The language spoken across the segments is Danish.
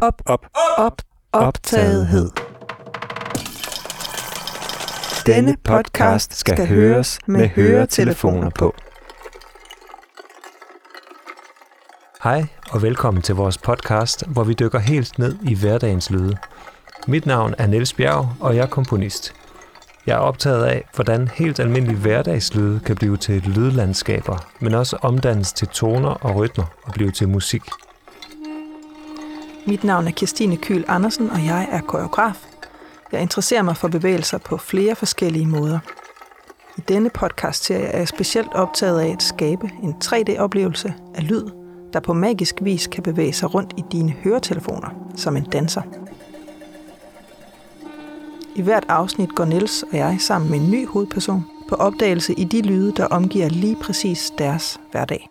Optagethed. Denne podcast skal høres med høretelefoner på. Hej og velkommen til vores podcast, hvor vi dykker helt ned i hverdagens lyde. Mit navn er Niels Bjerg, og jeg er komponist. Jeg er optaget af, hvordan helt almindelige hverdagslyde kan blive til lydlandskaber, men også omdannes til toner og rytmer og blive til musik. Mit navn er Kirstine Kyhl Andersen, og jeg er koreograf. Jeg interesserer mig for bevægelser på flere forskellige måder. I denne podcast-serie er jeg specielt optaget af at skabe en 3D-oplevelse af lyd, der på magisk vis kan bevæge sig rundt i dine høretelefoner, som en danser. I hvert afsnit går Niels og jeg sammen med en ny hovedperson på opdagelse i de lyde, der omgiver lige præcis deres hverdag.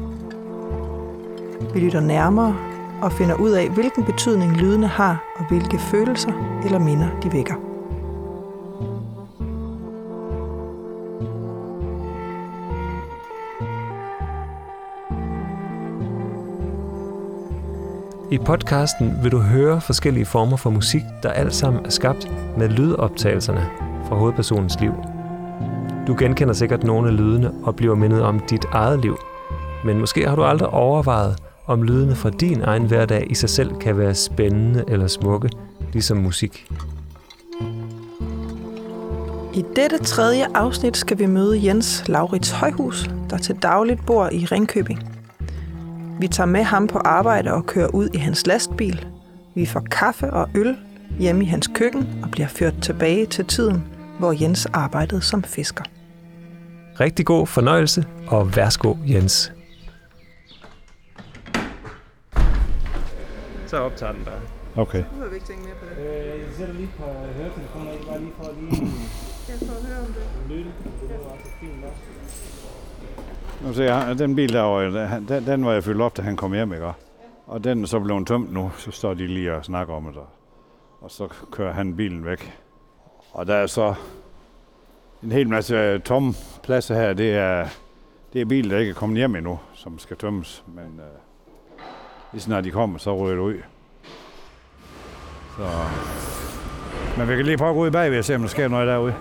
Vi lytter nærmere og finder ud af, hvilken betydning lydene har, og hvilke følelser eller minder de vækker. I podcasten vil du høre forskellige former for musik, der alt sammen er skabt med lydoptagelserne fra hovedpersonens liv. Du genkender sikkert nogle af lydene og bliver mindet om dit eget liv, men måske har du aldrig overvejet, om lydene fra din egen hverdag i sig selv kan være spændende eller smukke, ligesom musik. I dette 3. afsnit skal vi møde Jens Laurits Højhus, der til dagligt bor i Ringkøbing. Vi tager med ham på arbejde og kører ud i hans lastbil. Vi får kaffe og øl hjemme i hans køkken og bliver ført tilbage til tiden, hvor Jens arbejdede som fisker. Rigtig god fornøjelse, og værsgo Jens. Så optager den bare. Okay. Nu har vi ikke tænkt mere på det. Jeg sætter lige på høretelefoner, ikke bare lige for at lige... Jeg får at høre om det. Lytte. Det var altså fint nok. Nu ser jeg, den bil derovre, den var jeg fyldt op, da han kom hjem, ikke? Og den er så blevet tømt nu, så står de lige og snakker om det. Og så kører han bilen væk. Og der er så en hel masse tomme pladser her. Det er biler, der ikke er kommet hjem endnu, som skal tømmes. Men lige snart de kommer, så ryger det ud. Så. Men vi kan lige prøve at gå ud bagved og se, om der sker noget derude.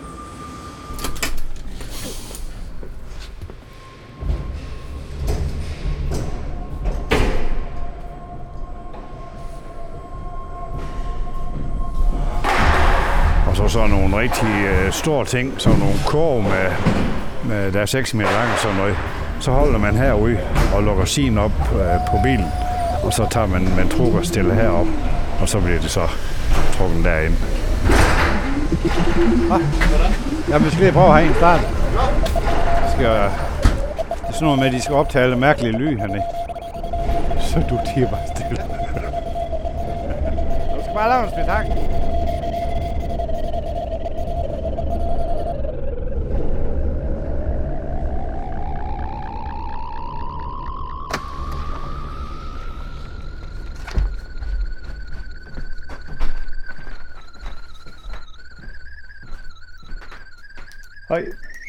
Og så sådan nogle rigtig store ting, sådan nogle kurve med der er 6 meter lang og sådan noget. Så holder man herude og lukker sin op på bilen, og så tager man truk og stiller herop, og så bliver det så trukken derind. Ja, vi skal lige prøve at have en start. Det er sådan noget med, at de skal optage alle mærkelige lyd hernede. Så du tiger bare stille. Du skal bare lave en spektakel. Hej.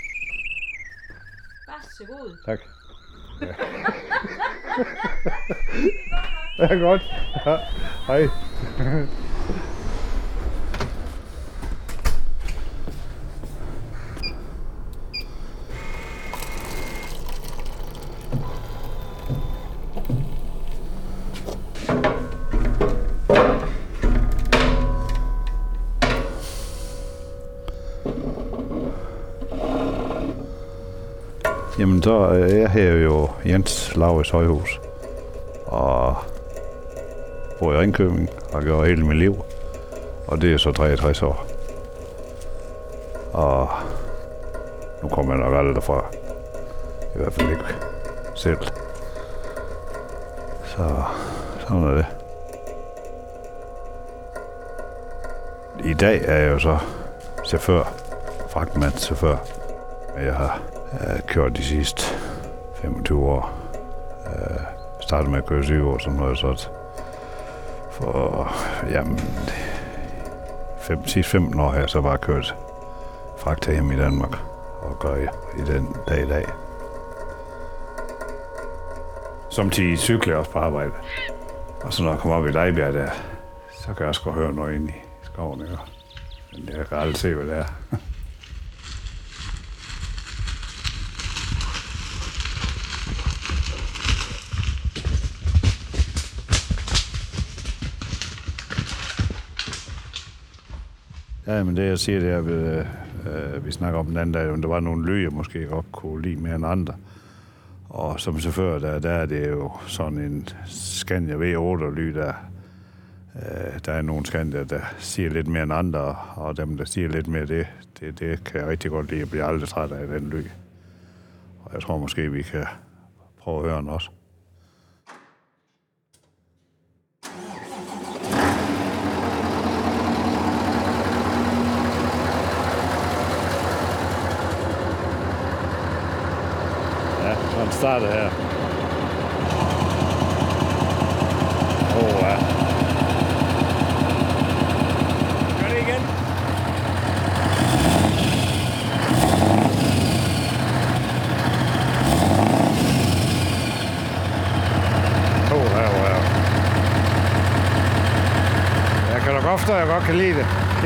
Værsgo. Tak. Ja. Det er godt. Ja. Hej. Jamen så er jeg her jo Jens Laurits Højhus og bor i Ringkøbing og gør hele mit liv, og det er så 63 år. Og nu kommer jeg nok aldrig derfra, i hvert fald ikke selv. Så sådan er det. I dag er jeg jo så chauffør, fragtmandschauffør, men jeg har kørt de sidste 25 år. Startede med at køre 7 år, som noget sådan. For sidste 15 år har jeg så bare kørt fragt hjem i Danmark og gør jeg i den dag i dag. Som til cykler også på arbejde. Og så når jeg kommer op i Lejbjerg der, så kan jeg også godt høre noget ind i skoven. Ikke? Men jeg kan aldrig se, hvad det er. Ja, men det jeg siger, det er, vi snakker om den anden dag, om der var nogle lyd, jeg måske godt kunne lide mere end andre. Og som chauffør, der er det jo sådan en Scania V8-lyd, der er nogle Scania, der siger lidt mere end andre, og dem, der siger lidt mere det kan jeg rigtig godt lide. Jeg bliver aldrig træt af den lyd. Og jeg tror måske, vi kan prøve at høre den også. Så den starter her. Ja. Gør det igen. Ja. Jeg kan da godt forstå, at jeg godt kan lide det.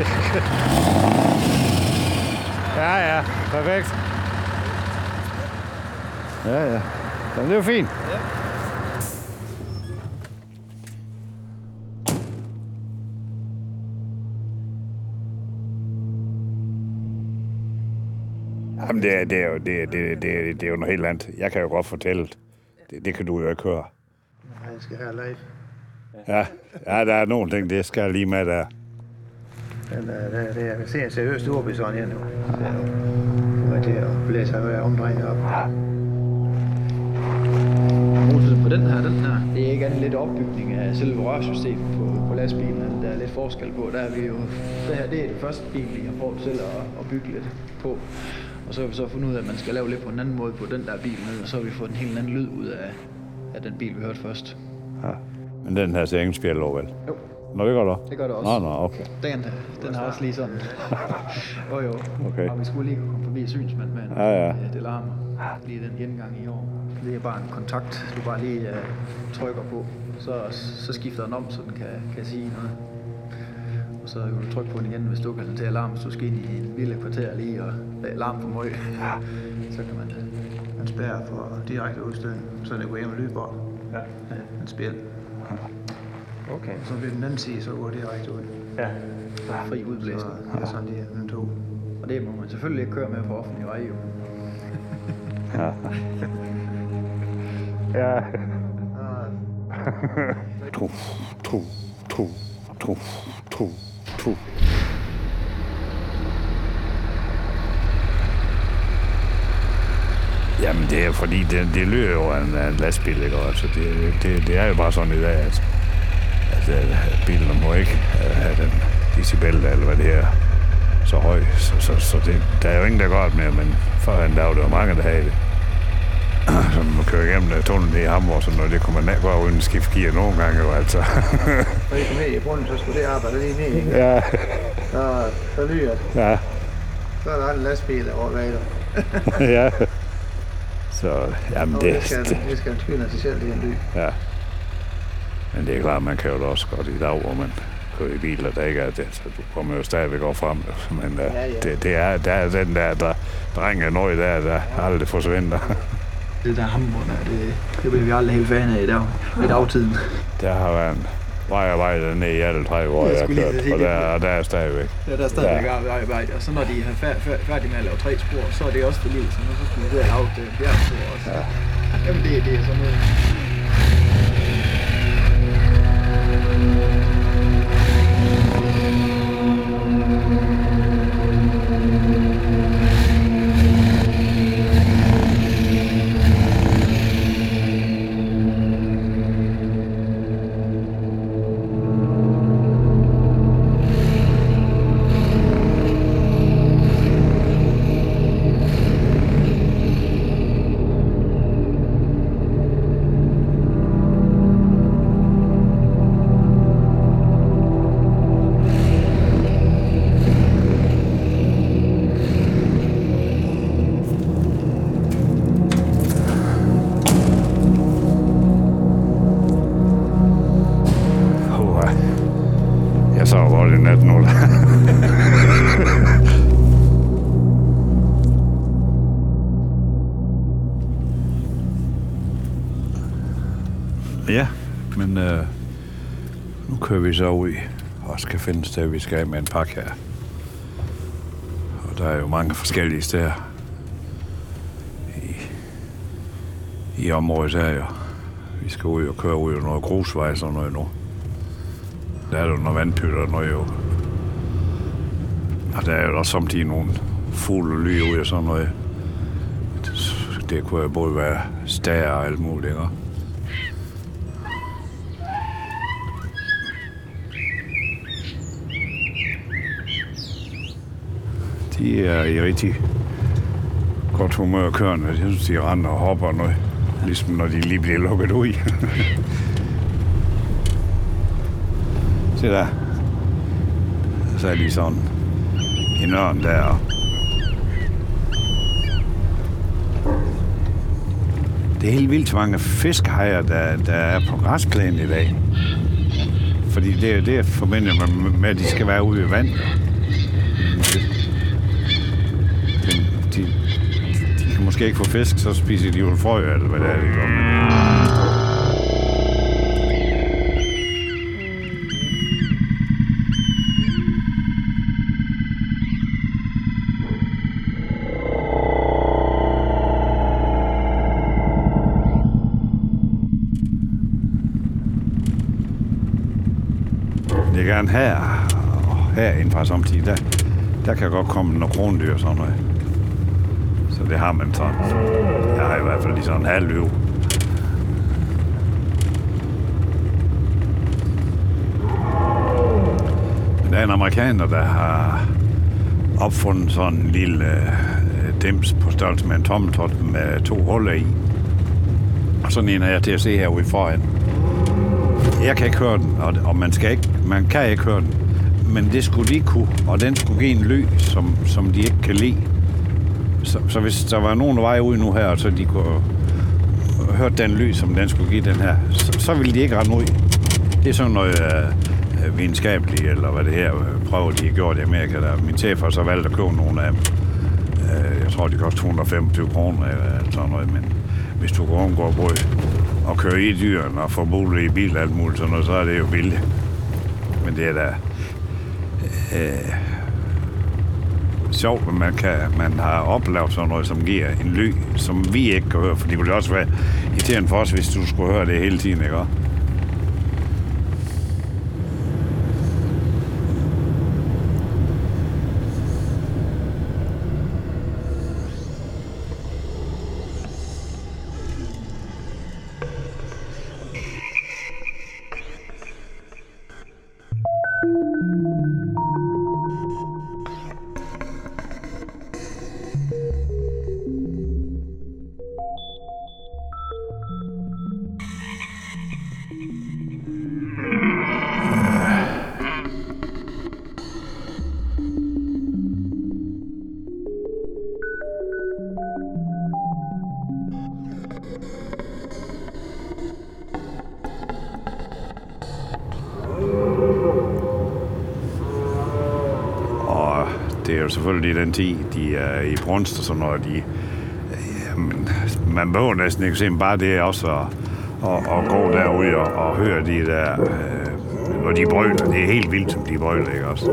Ja, perfekt. Ja. Jamen, det er jo fint. Ja. Jamen, det er jo noget helt andet. Jeg kan jo godt fortælle det. Det kan du jo ikke høre. Jeg skal have live. Ja, der er nogle ting, det skal jeg lige med der. Jeg kan se en seriøs storby sådan her nu. Det er til at blæse og omdrejende op. På den her, det er ikke andet lidt opbygning af selve rørsystemet på lastbilen. Der er lidt forskel på. Der er vi jo, det her det er det første bil, vi har prøvet selv at bygge lidt på. Og så har vi så fundet ud af, at man skal lave lidt på en anden måde på den der bil ned, og så har vi fået en helt anden lyd ud af den bil, vi hørte først. Ja. Men den her ser ingen spjæld over, vel? Jo. Nå, det gør det. Det gør det også. Nå, okay. Den har også lige sådan. jo. Okay. Og vi skulle lige komme forbi synsmand med en. Ja. Det larmer lige den gengang i år. Det er bare en kontakt, du bare lige trykker på. Så skifter den om, så den kan sige noget. Og så kan du trykke på den igen, hvis du kan til alarm, hvis du skal ind i en lille kvarter lige og alarm for møg. Så kan man spærre for direkte udstødning, så det går hjem og lydbord. Ja. En spil. Okay. Så ved den anden side, så går det direkte ud. Ja. Fri udblæsning. Det er sådan, de er to. Og det må man selvfølgelig ikke køre med på offentlig vej, jo. Ja. Ja. Tro. Jamen, det er fordi, det lyder jo af en lastbil, ikke? Altså, det er jo bare sådan i dag, at bilen må ikke have den decibel, eller hvad det er, så høj. Så det, der er jo ingen, der gør det mere, men førhen der var det jo mange, der havde det. Så man kører igennem tunnelen i Hamburg, så når det kommer ned, går uden skift gear nogle gange jo, altså. Når I kom ned i bunden, så skulle det arbejde lige ned, ikke? Ja. Så lyder det. Ja. Så er der en lastbil over valer. Ja. Så, jamen det skal en skyde af sig selv, det er en lyd. Ja. Men det er klart, man kan jo også godt i dag, hvor man kører i biler, der ikke er det. Så du kommer jo stadigvæk over frem. Men ja. Der er den der drenge noget der aldrig forsvinder. Det der Hamburg, det bliver vi aldrig helt fan af i dagtiden. Der har været en vejarbejde dernede i alle 3 år, jeg har kørt, og der er stadigvæk. Ja, der er stadigvæk vejarbejde, og så når de er færdige med at lave 3 spor, så er det også for livet, så nu skal vi lave et bjergspor også. Ja. Jamen det er sådan noget. Men nu kører vi så ud og skal finde et sted, vi skal af med en pakke her. Og der er jo mange forskellige steder i området her jo. Vi skal ud og køre ud af noget grusvej og sådan noget nu. Der er jo noget vandpytter og noget jo. Og der er jo også samtidig nogle fugle ly ud og sådan noget. Det kunne jo både være stager og alt muligt, ikke? De er i rigtig godt humør kørende. Jeg synes, de render og hopper noget. Ligesom når de lige bliver lukket ud. Se der. Så er de sådan i nøren der. Det er helt vildt mange fiskehajer, der er på græsplænen i dag. Fordi det forbinder man med, at de skal være ude i vand. De kan måske ikke få fisk, så spiser de jo frø, eller hvad det er, de gør. Det er gerne herinde fra samtidig, der kan godt komme nogle krondyr og sådan noget. Så det har man sådan. Jeg har i hvert fald lige sådan en halv løv. Men der er en amerikaner, der har opfundet sådan en lille dims på størrelse med en tommeltot med 2 huller i. Og sådan en er jeg til at se herude foran. Jeg kan ikke høre den, og man kan ikke høre den. Men det skulle de kunne, og den skulle give en lyd, som de ikke kan lide. Så hvis der var nogen, der var ude nu her, og så de kunne høre den lyd, som den skulle give den her, så ville de ikke rende ud. Det er sådan noget videnskabeligt, eller hvad det her prøver, de har gjort i Amerika. Der. Min chef har så valgt at købe nogle af dem. Jeg tror, de koster 225 kroner eller sådan noget, men hvis du går omgår brød og kører i dyrene og får bolet i bil og alt muligt sådan noget, så er det jo billigt. Men det er da sjovt, at man har oplevet sådan noget, som giver en lyd, som vi ikke kan høre, for det ville også være irriterende for os, hvis du skulle høre det hele tiden, ikke? Det er jo selvfølgelig den tid, de er i brunst og sådan noget. Man behøver næsten ikke se, bare det er også at gå derude og høre de der, når de brøler. Det er helt vildt, som de brøler, ikke også?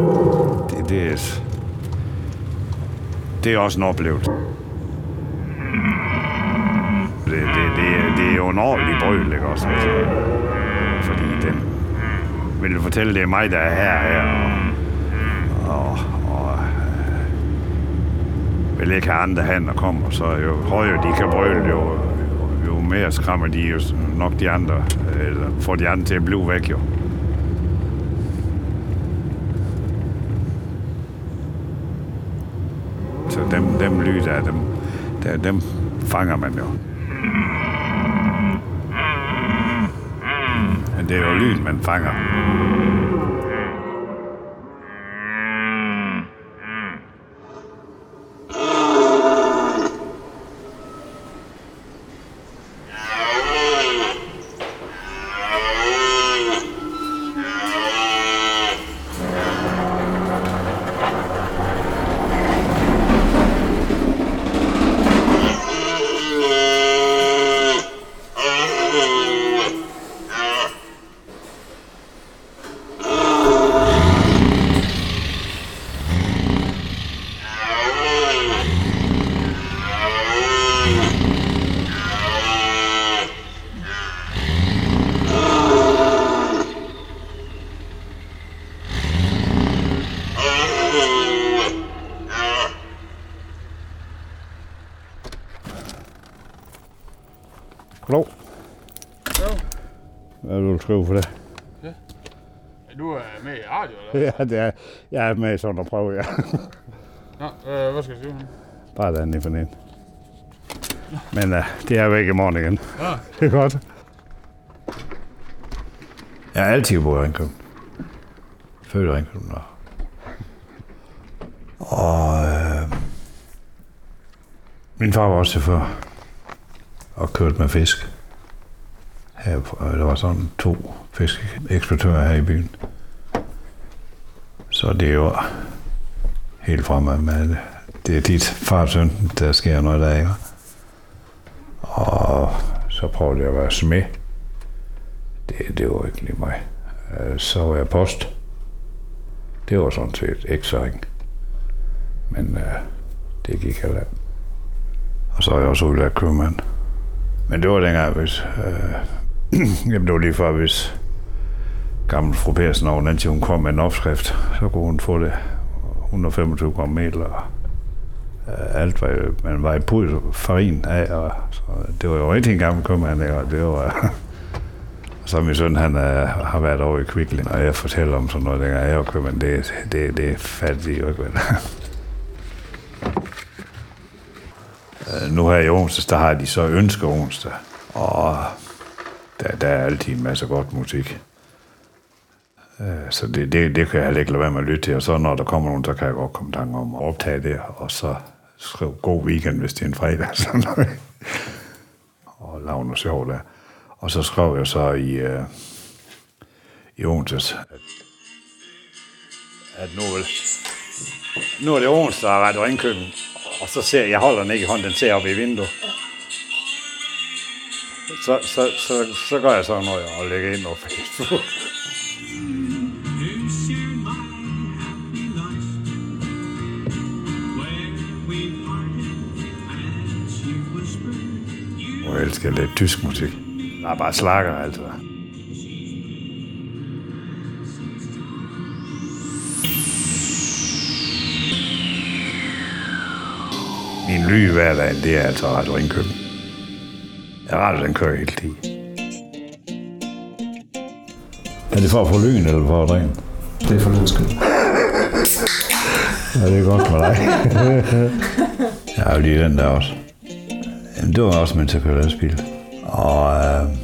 Det er også en oplevelse. Det er jo en ordentlig brøl, ikke også? Fordi den vil fortælle, det er mig, der er her og vil ikke have andre hen og kommer, så jo højere de kan brøle, jo mere skræmmer de jo nok de andre, eller får de andre til at blive væk, jo. Så dem lyd der, dem fanger man jo. Men det er jo lyd, man fanger. Goddag. Jo. Hvad vil du skrive for det? Ja. Du er med i radio, eller? Ja, det er, jeg er med i sådan en prøve, ja. Nå, hvad skal jeg sige? Bare der er for den. Men det er væk i morgen igen. Ja. Det er godt. Jeg har altid boet i Ringkøbing. Født i Ringkøbing. Og min far var også chauffør og kørte med fisk. Her, der var sådan 2 fiskeksportører her i byen. Så det er jo helt fremad med det er dit far og søn, der sker noget der, ikke? Og så prøvede jeg at være smed. Det var ikke lige mig. Så var jeg post. Det var sådan set ikke så ring. Men det gik heller. Og så er jeg også udlært købmand. Men det var dengang, hvis... jamen det var lige før, hvis gammel fru Persen over den tid, hun kom med en opskrift, så kunne hun få det 125 gram mel og alt, hvad man var i pud farin af. Og så det var jo rigtig en gammel købmand, og det var... Så min søn, han har været over i Kvickly, og jeg fortæller om sådan noget, dengang jeg var købmand, det fatter de jo ikke, vel? Nu her i onsdag, der har de så ønsker onsdag, og der er altid en masse godt musik. Så det kan jeg heller ikke lade være med at lytte til, og så når der kommer nogen, så kan jeg godt komme tanke om at optage det, og så skrive god weekend, hvis det er en fredag, sådan noget. Og lave noget sjovt der. Og så skrev jeg så i onsdags, at nu er det onsdag, og Radio Ringkøbing, og så ser jeg holder den ikke i hånden, den ser op i vinduet. Så gør jeg sådan noget og lægger ind på Facebook. Og jeg elsker lidt tysk musik. Der er bare slakker, altså. Min lyge hverdag, det er altså Radio Ringkøbing. Radio, den kører helt i. Er det for at få lyn, eller for at dræne? Det er for lyns skyld. Ja, det er godt med dig. Jeg har jo lige den der også. Jamen, det var også med til at køre lastbil. Og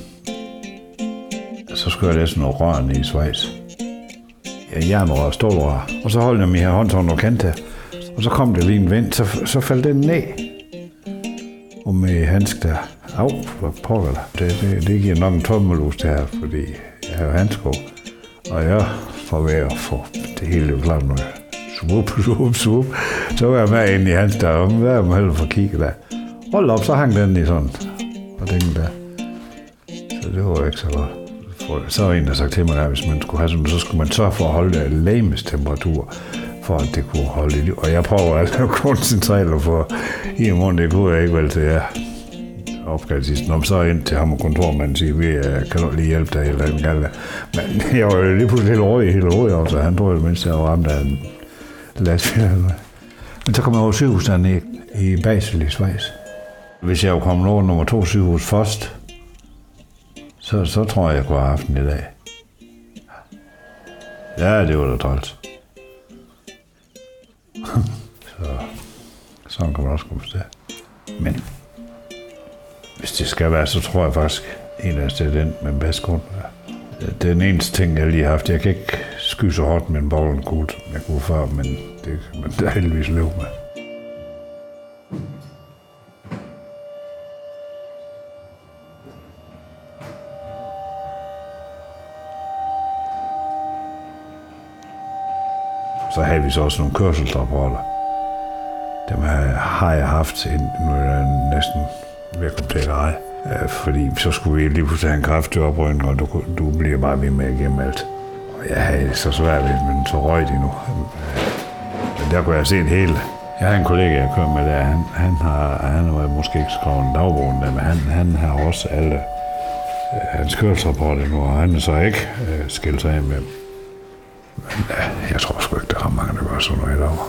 så skulle jeg læse noget rør i Schweiz. Jernrør og stålrør. Og så holdt jeg min her hånd sådan noget kant her. Og så kom det lige en vind, så faldt den ned. Og med handsk der. Au, hvad pokker der. Det giver nok en tommelus det her, fordi jeg har jo handsko. Og jeg får ved at få det hele klart noget. Swoop. Så var jeg med ind i hans der, og hvad er man heller for at kigge der. Hold op, så hang den i sådan. Og den der. Så det var ikke så godt. Så var en, der sagde til mig, at hvis man skulle have sådan, så skulle man sørge for at holde legemstemperatur, for at det kunne holde i liv. Og jeg prøver altså at koncentrere mig for i morgen, det kunne jeg ikke vel til jer. Opgave sidst. Når så ind til ham og kontormanden siger, vi kan du lige hjælpe dig eller en gang. Men jeg var jo lige pludselig helt rød, så han tror jo mindst, jeg var ramt af en lastbil. Men så kom jeg over sygehusstanden i Basel i Schweiz. Hvis jeg var kommet over nummer 2 sygehus først, så tror jeg kunne have haft den i dag. Ja, det var da træls. Sådan kan man også komme til. Men hvis det skal være, så tror jeg faktisk, en af det er den med den bedste grund. Det er den eneste ting, jeg lige har haft. Jeg kan ikke skyde så hårdt med en bowlingkugle, som jeg kunne før, men det kan man da heldigvis leve med. Så havde vi så også nogle kørselsrapporter. Dem har jeg haft, nu er jeg næsten ved at komme til at eje. Fordi så skulle vi lige pludselig have en kraftig oprydning, og du bliver bare ved med at gemme alt. Og jeg havde så svært ved, men så røg de nu. Men der kunne jeg se en hel. Jeg har en kollega, jeg kører med der, han har måske ikke skrevet en dagbog, men han har også alle hans kørselsrapporter nu, og han er så ikke skilt sig af med dem. Men jeg tror sgu ikke, der er mange, der gør sådan noget i dag.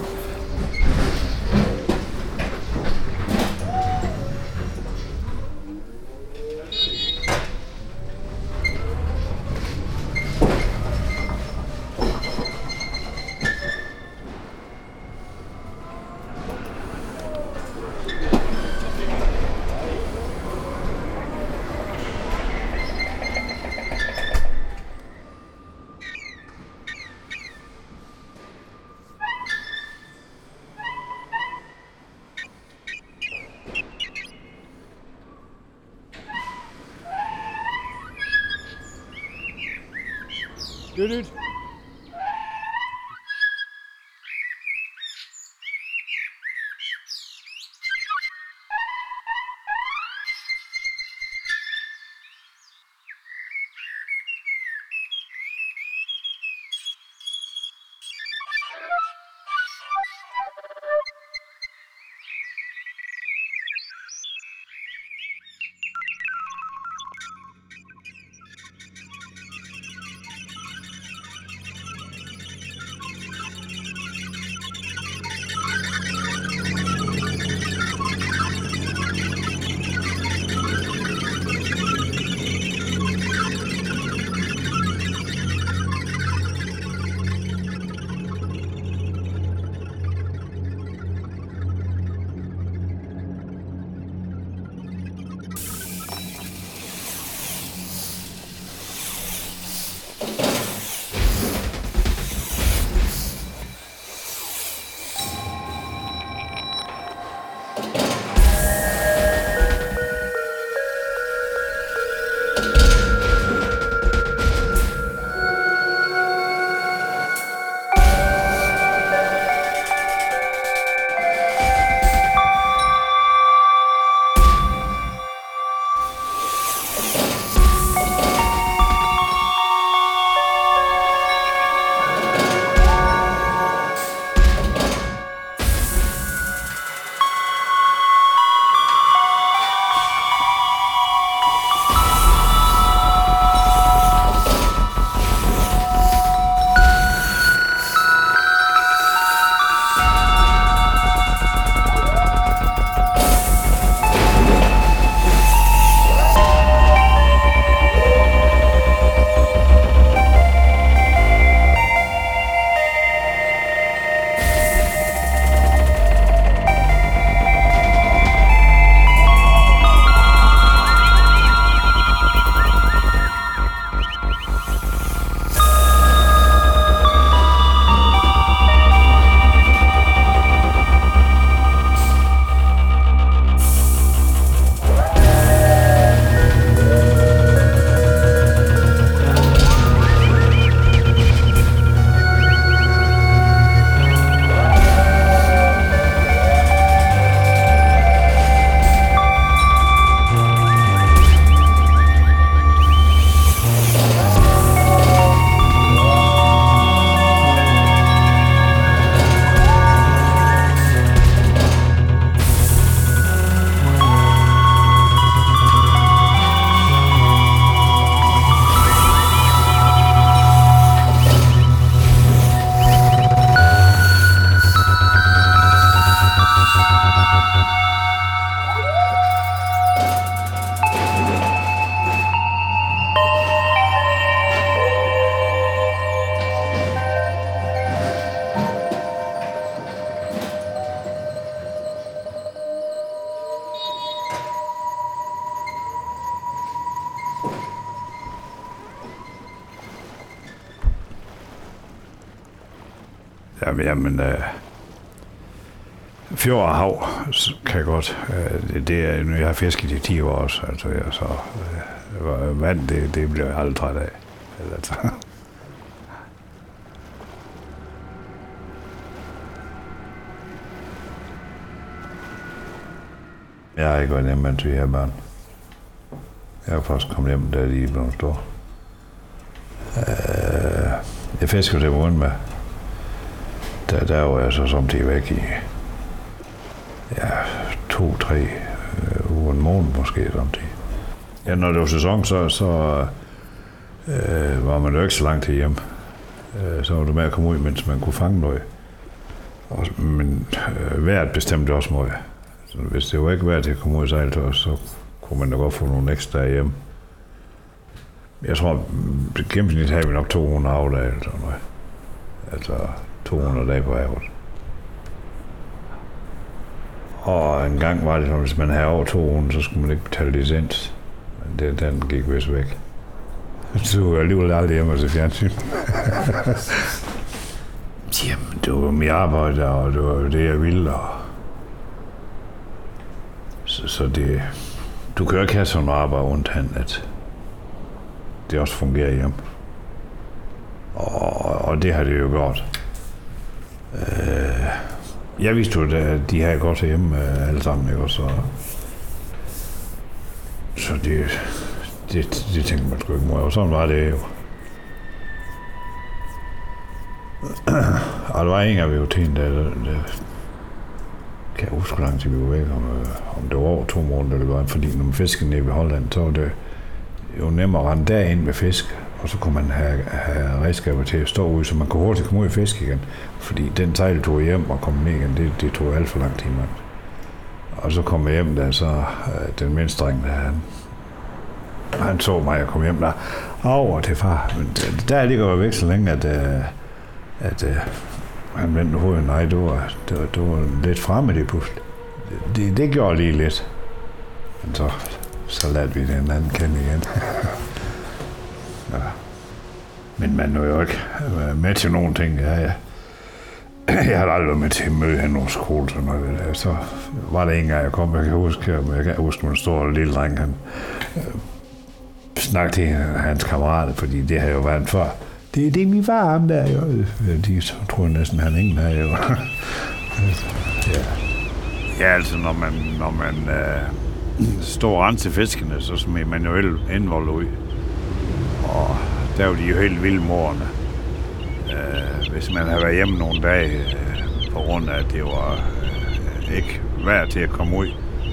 Dyt. Jamen, fjord og hav kan godt. Det er, jeg har fisket i 10 år også, altså, så vand, det bliver jeg aldrig træt af. Altså. Jeg har ikke været hjemme, mens vi er børn. Jeg er først kommet hjem, da de er blevet store. Jeg fisker det rundt med. Der var jeg så samtidig væk i 2-3 uger, en måned måske samtidig. Ja, når det var sæson, så var man jo ikke så langt til hjem. Så var det med at komme ud, mens man kunne fange noget. Men vejret bestemte også meget. Så hvis det var ikke vejret til at komme ud og sejle til os, så kunne man da godt få nogle ekstra hjem. Jeg tror, gennemsnit havde vi nok 200 afdage eller sådan noget. Altså 200 dage på havet. Og en gang var det sådan, hvis man havde over 200, så skulle man ikke betale licens. Men den gik vist væk. Så var jeg alligevel aldrig hjemme til fjernsyn. Jamen, det var mit arbejde, og det var det, jeg ville. Og så det... Du kan jo ikke have sådan noget arbejde rundt hen, at det også fungerer hjemme. Og det har det jo gjort. Jeg vidste jo, at de her godt hjemme alle sammen, ikke? Så det tænkte man sgu ikke meget, og sådan var det jo. Og der var en af VOT'en, der kan jeg huske, hvor lang tid vi var væk, om det var over 2 måneder, det var, fordi når man fiskede nede ved Holland, så var det jo nemmere at rende derind med fisk, og så kunne man have redskaber til at stå ude, så man kunne hurtigt komme ud i fisk igen. Fordi den sejl tog hjem og kom ned igen, det tog alt for lang tid, mand. Og så kom jeg hjem, da så den mindste dreng, han så mig, og kom hjem der over til far. Men der ligger jo væk så længe, at han vendte hovedet. Nej, det var lidt fremme det pludselig. Det gjorde lige lidt. Men så lærte vi den anden kende igen. Ja. Men man er jo ikke med til nogle ting. Ja. Jeg har aldrig været med til at møde hende hos skole. Så var der en gang, jeg kom. Jeg kan huske, en stor lille dreng, han snakkede til hans kammerater, fordi det har jo været før. Det er min far, ham der, jo. De tror næsten, han ingen her, jo. Ja, altså, når man står og renser fiskene, så smider man jo indvold ud. Og der er jo de jo helt vilde morerne. Hvis man har været hjemme nogle dage, på grund af, at det var ikke værd til at komme ud,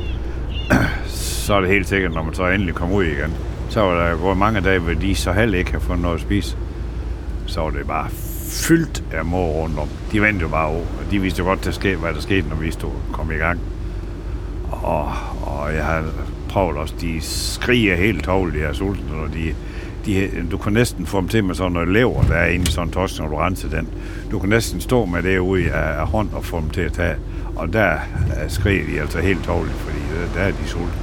så er det helt sikkert, når man så endelig kommer ud igen, så var der gået mange dage, hvor de så heller ikke har fundet noget at spise. Så var det bare fyldt af mor rundt om. De vendte jo bare over, og de vidste jo godt, hvad der skete, når vi kom i gang. Og jeg har prøvet også, de skriger helt tovligt, de her sultne, og du kan næsten få dem til med sådan noget lever, der er inde i sådan en torsk, når du renser den. Du kan næsten stå med det ude af hånd og få dem til at tage. Og der skriger de altså helt tovligt, fordi der er de sultne.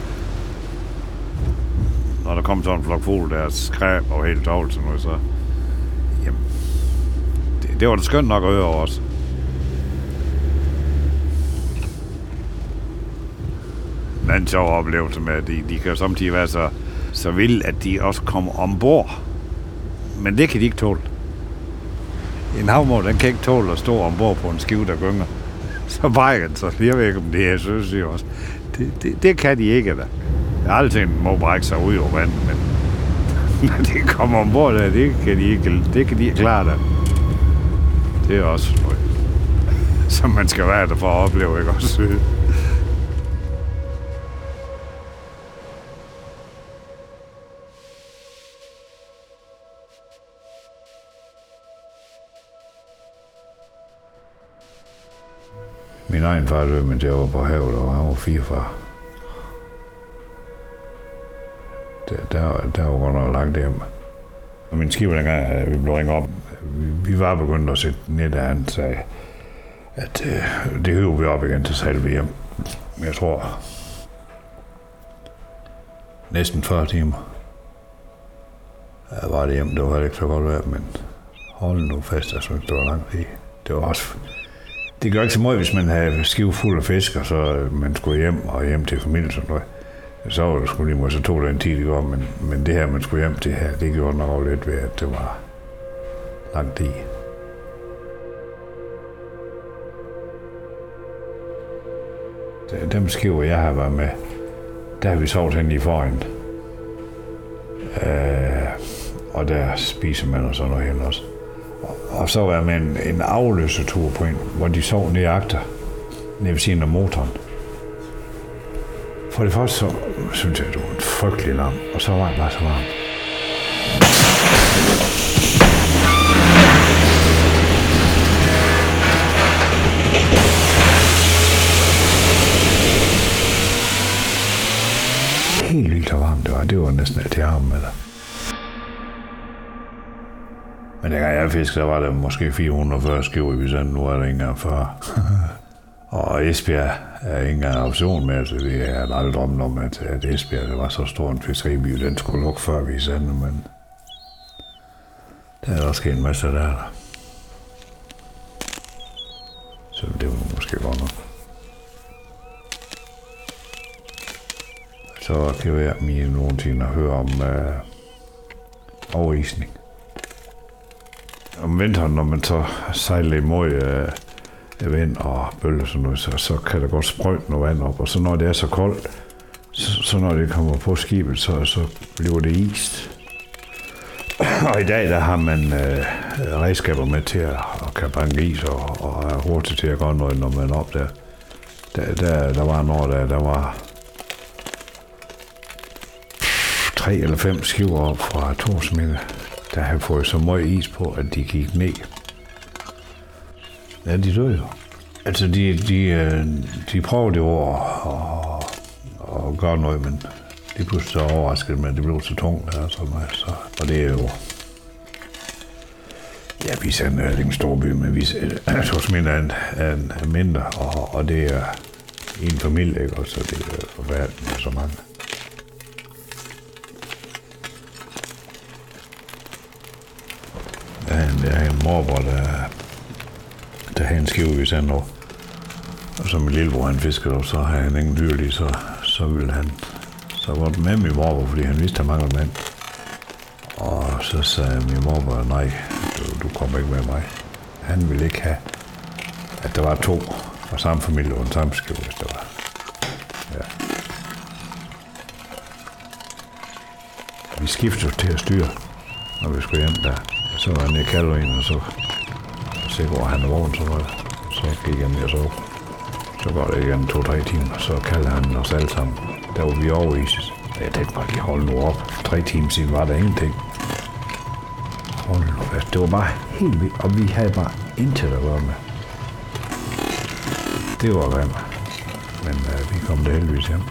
Når der kom sådan en flok fugle, der skræb og helt tovligt sådan noget, så jamen, det var da skønt nok at høre over os. En sjov oplevelse med, at de kan jo samtidig være så vilde, at de også kommer ombord. Men det kan de ikke tåle. En havmål, den kan ikke tåle at stå ombord på en skive, der gynger. Så brækker den, så jeg ved ikke, om det er, synes jeg også. Det kan de ikke, da. Jeg har aldrig tænkt, at må brække sig ud over vandet, men når de kommer ombord, det kan de ikke klare det. Det er også noget, som man skal være der for at opleve, ikke også? Min egen far døde, men jeg var på havet, og han var 44. Der var godt nok langt hjemme. Og min skib dengang, vi blev ringet op, vi var begyndt at sætte ned, da han sagde, at det høver vi op igen, så sejlede vi hjem. Men jeg tror, næsten 40 timer var det hjem. Det var heller ikke så godt værd, men hold nu fast, jeg synes, det var langt tid. Det var også... Det gør ikke så meget, hvis man havde skive fuld af fisk, og så man skulle hjem til familien sådan noget. Så var det sgu lige måde, så tog det en tid i går, men det her, man skulle hjem til her, det gjorde nok også lidt ved, at det var lang tid. Dem skiver, jeg har været med, der har vi sovet hen i foran. Og der spiser man og sådan noget hen også. Og så var jeg med en afløsertur på en, hvor de sov nede agter, nede ved siden af motoren. For det første så synes jeg, det var en frygtelig larm, og så var det bare så varmt. Helt vildt så varmt det var næsten til armen med det. Men dengang jeg fiskede, der var der måske 440 skiver i Visan, nu er der ikke engang 40. Og Esbjerg er ikke engang en option med, altså vi har aldrig drømt om, at Esbjerg det var så stor en fiskeriby, den skulle lukke før Visan, men der er også sket en masse der. Så det var måske godt nok. Så kan jeg mig nogensinde høre om overisning. om vinteren, når man så sejler imod vind og bølger sådan noget, så kan der godt sprøjte noget vand op. Og så når det er så koldt, så når det kommer på skibet, så bliver det is. Og i dag, der har man redskaber med til at kan banke is og er hurtigt til at gøre noget, når man er op der. Der var en år, der var 3 eller 5 skiver op fra Torsminde, der havde fået så meget is på, at de gik ned. Ja, de døde jo. Altså, de prøvede jo at gøre noget, men de pludselig så overraskede, men det blev så tungt. Og det er jo... Ja, vi er en stor by, men Torsminde er en mindre, og det er en familie, ikke? Og så det er forfærdeligt med så mange. Der er en morbror, der har en skive i Sandå. Og så min lillebror, han fiskede, og så har han ingen dyr lige, så ville han så godt med min morbror, fordi han vidste, at han manglede mand. Og så sagde min morbror, nej, du kommer ikke med mig. Han ville ikke have, at der var 2 fra samme familie og en samme skive, hvis der var. Ja. Vi skiftede til at styre, når vi skulle hjem der. Så var han i Kalderien, og så hvor han er vågen, så gik han ned og sov. Så går det igen 2-3 timer, så kalder han os alle sammen. Der var vi overiset. Jeg tænkte bare, hold nu op. 3 timer siden var der ingenting. Hold nu fast. Det var bare helt vildt, og vi havde bare intet at gøre med. Det var grimt. Men vi kom der heldigvis hjem.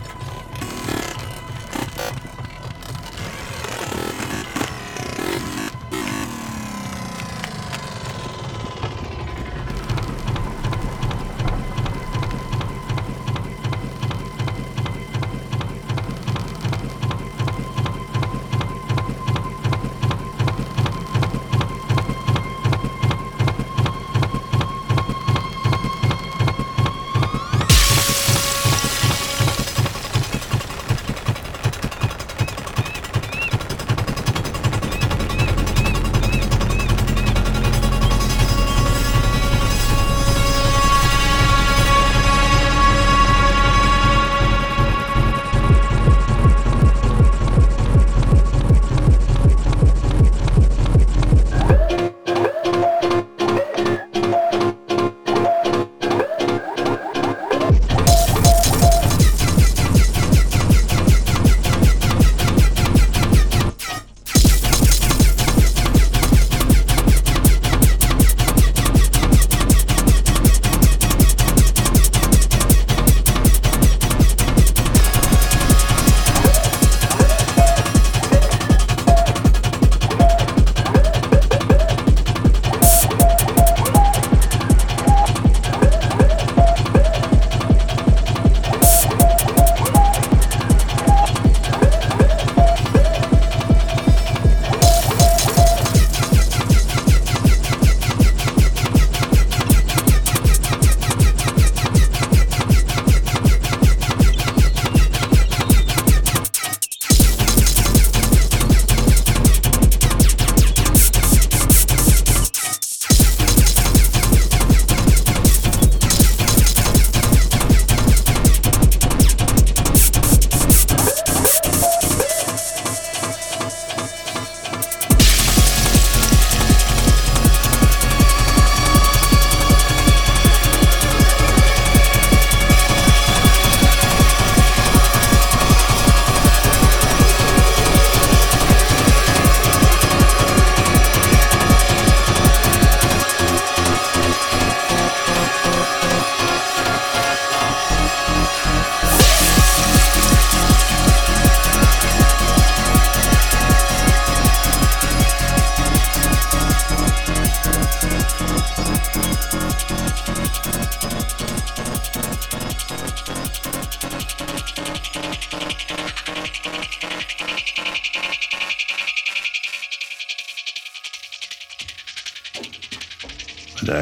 Der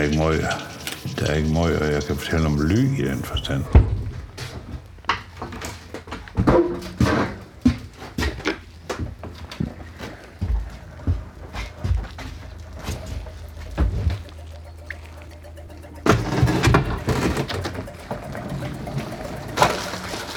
er ikke meget, og jeg kan fortælle om ly i den forstand.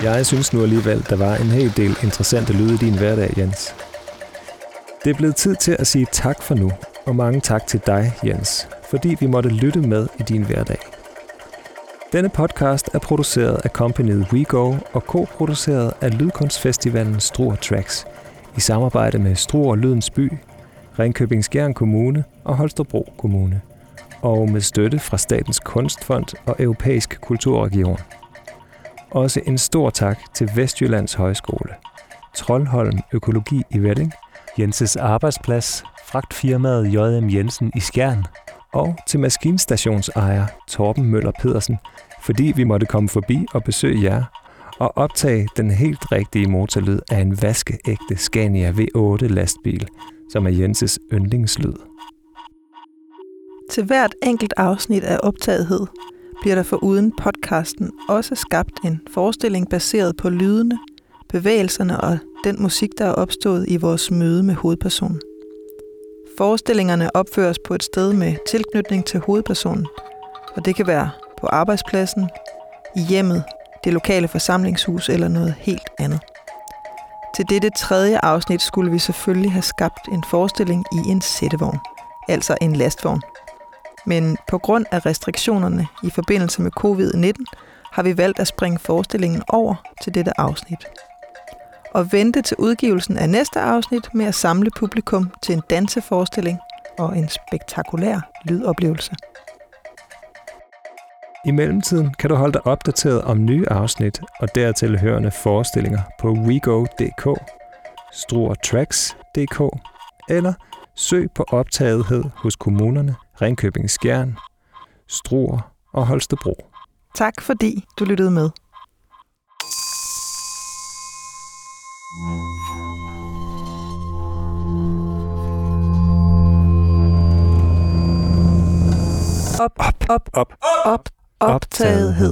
Jeg synes nu alligevel, der var en hel del interessante lyde i din hverdag, Jens. Det er blevet tid til at sige tak for nu, og mange tak til dig, Jens, fordi vi måtte lytte med i din hverdag. Denne podcast er produceret af companyet WeGo og co-produceret af Lydkunstfestivalen Struer Tracks i samarbejde med Struer Lydens By, Ringkøbing Skjern Kommune og Holstebro Kommune, og med støtte fra Statens Kunstfond og Europæisk Kulturregion. Også en stor tak til Vestjyllands Højskole, Troldholm Økologi i Vedding, Jenses arbejdsplads, fragtfirmaet J.M. Jensen i Skjern, og til maskinstationsejer Torben Møller Pedersen, fordi vi måtte komme forbi og besøge jer og optage den helt rigtige motorlyd af en vaskeægte Scania V8 lastbil, som er Jenses yndlingslyd. Til hvert enkelt afsnit af Optagethed bliver der foruden podcasten også skabt en forestilling baseret på lydene, bevægelserne og den musik, der er opstået i vores møde med hovedpersonen. Forestillingerne opføres på et sted med tilknytning til hovedpersonen, og det kan være på arbejdspladsen, i hjemmet, det lokale forsamlingshus eller noget helt andet. Til dette 3. afsnit skulle vi selvfølgelig have skabt en forestilling i en sættevogn, altså en lastvogn. Men på grund af restriktionerne i forbindelse med covid-19 har vi valgt at springe forestillingen over til dette afsnit. Og vente til udgivelsen af næste afsnit med at samle publikum til en danseforestilling og en spektakulær lydoplevelse. I mellemtiden kan du holde dig opdateret om nye afsnit og dertil hørende forestillinger på WeGo.dk, struertracks.dk eller søg på optagethed hos kommunerne Ringkøbing Skjern, Struer og Holstebro. Tak fordi du lyttede med. Optagethed.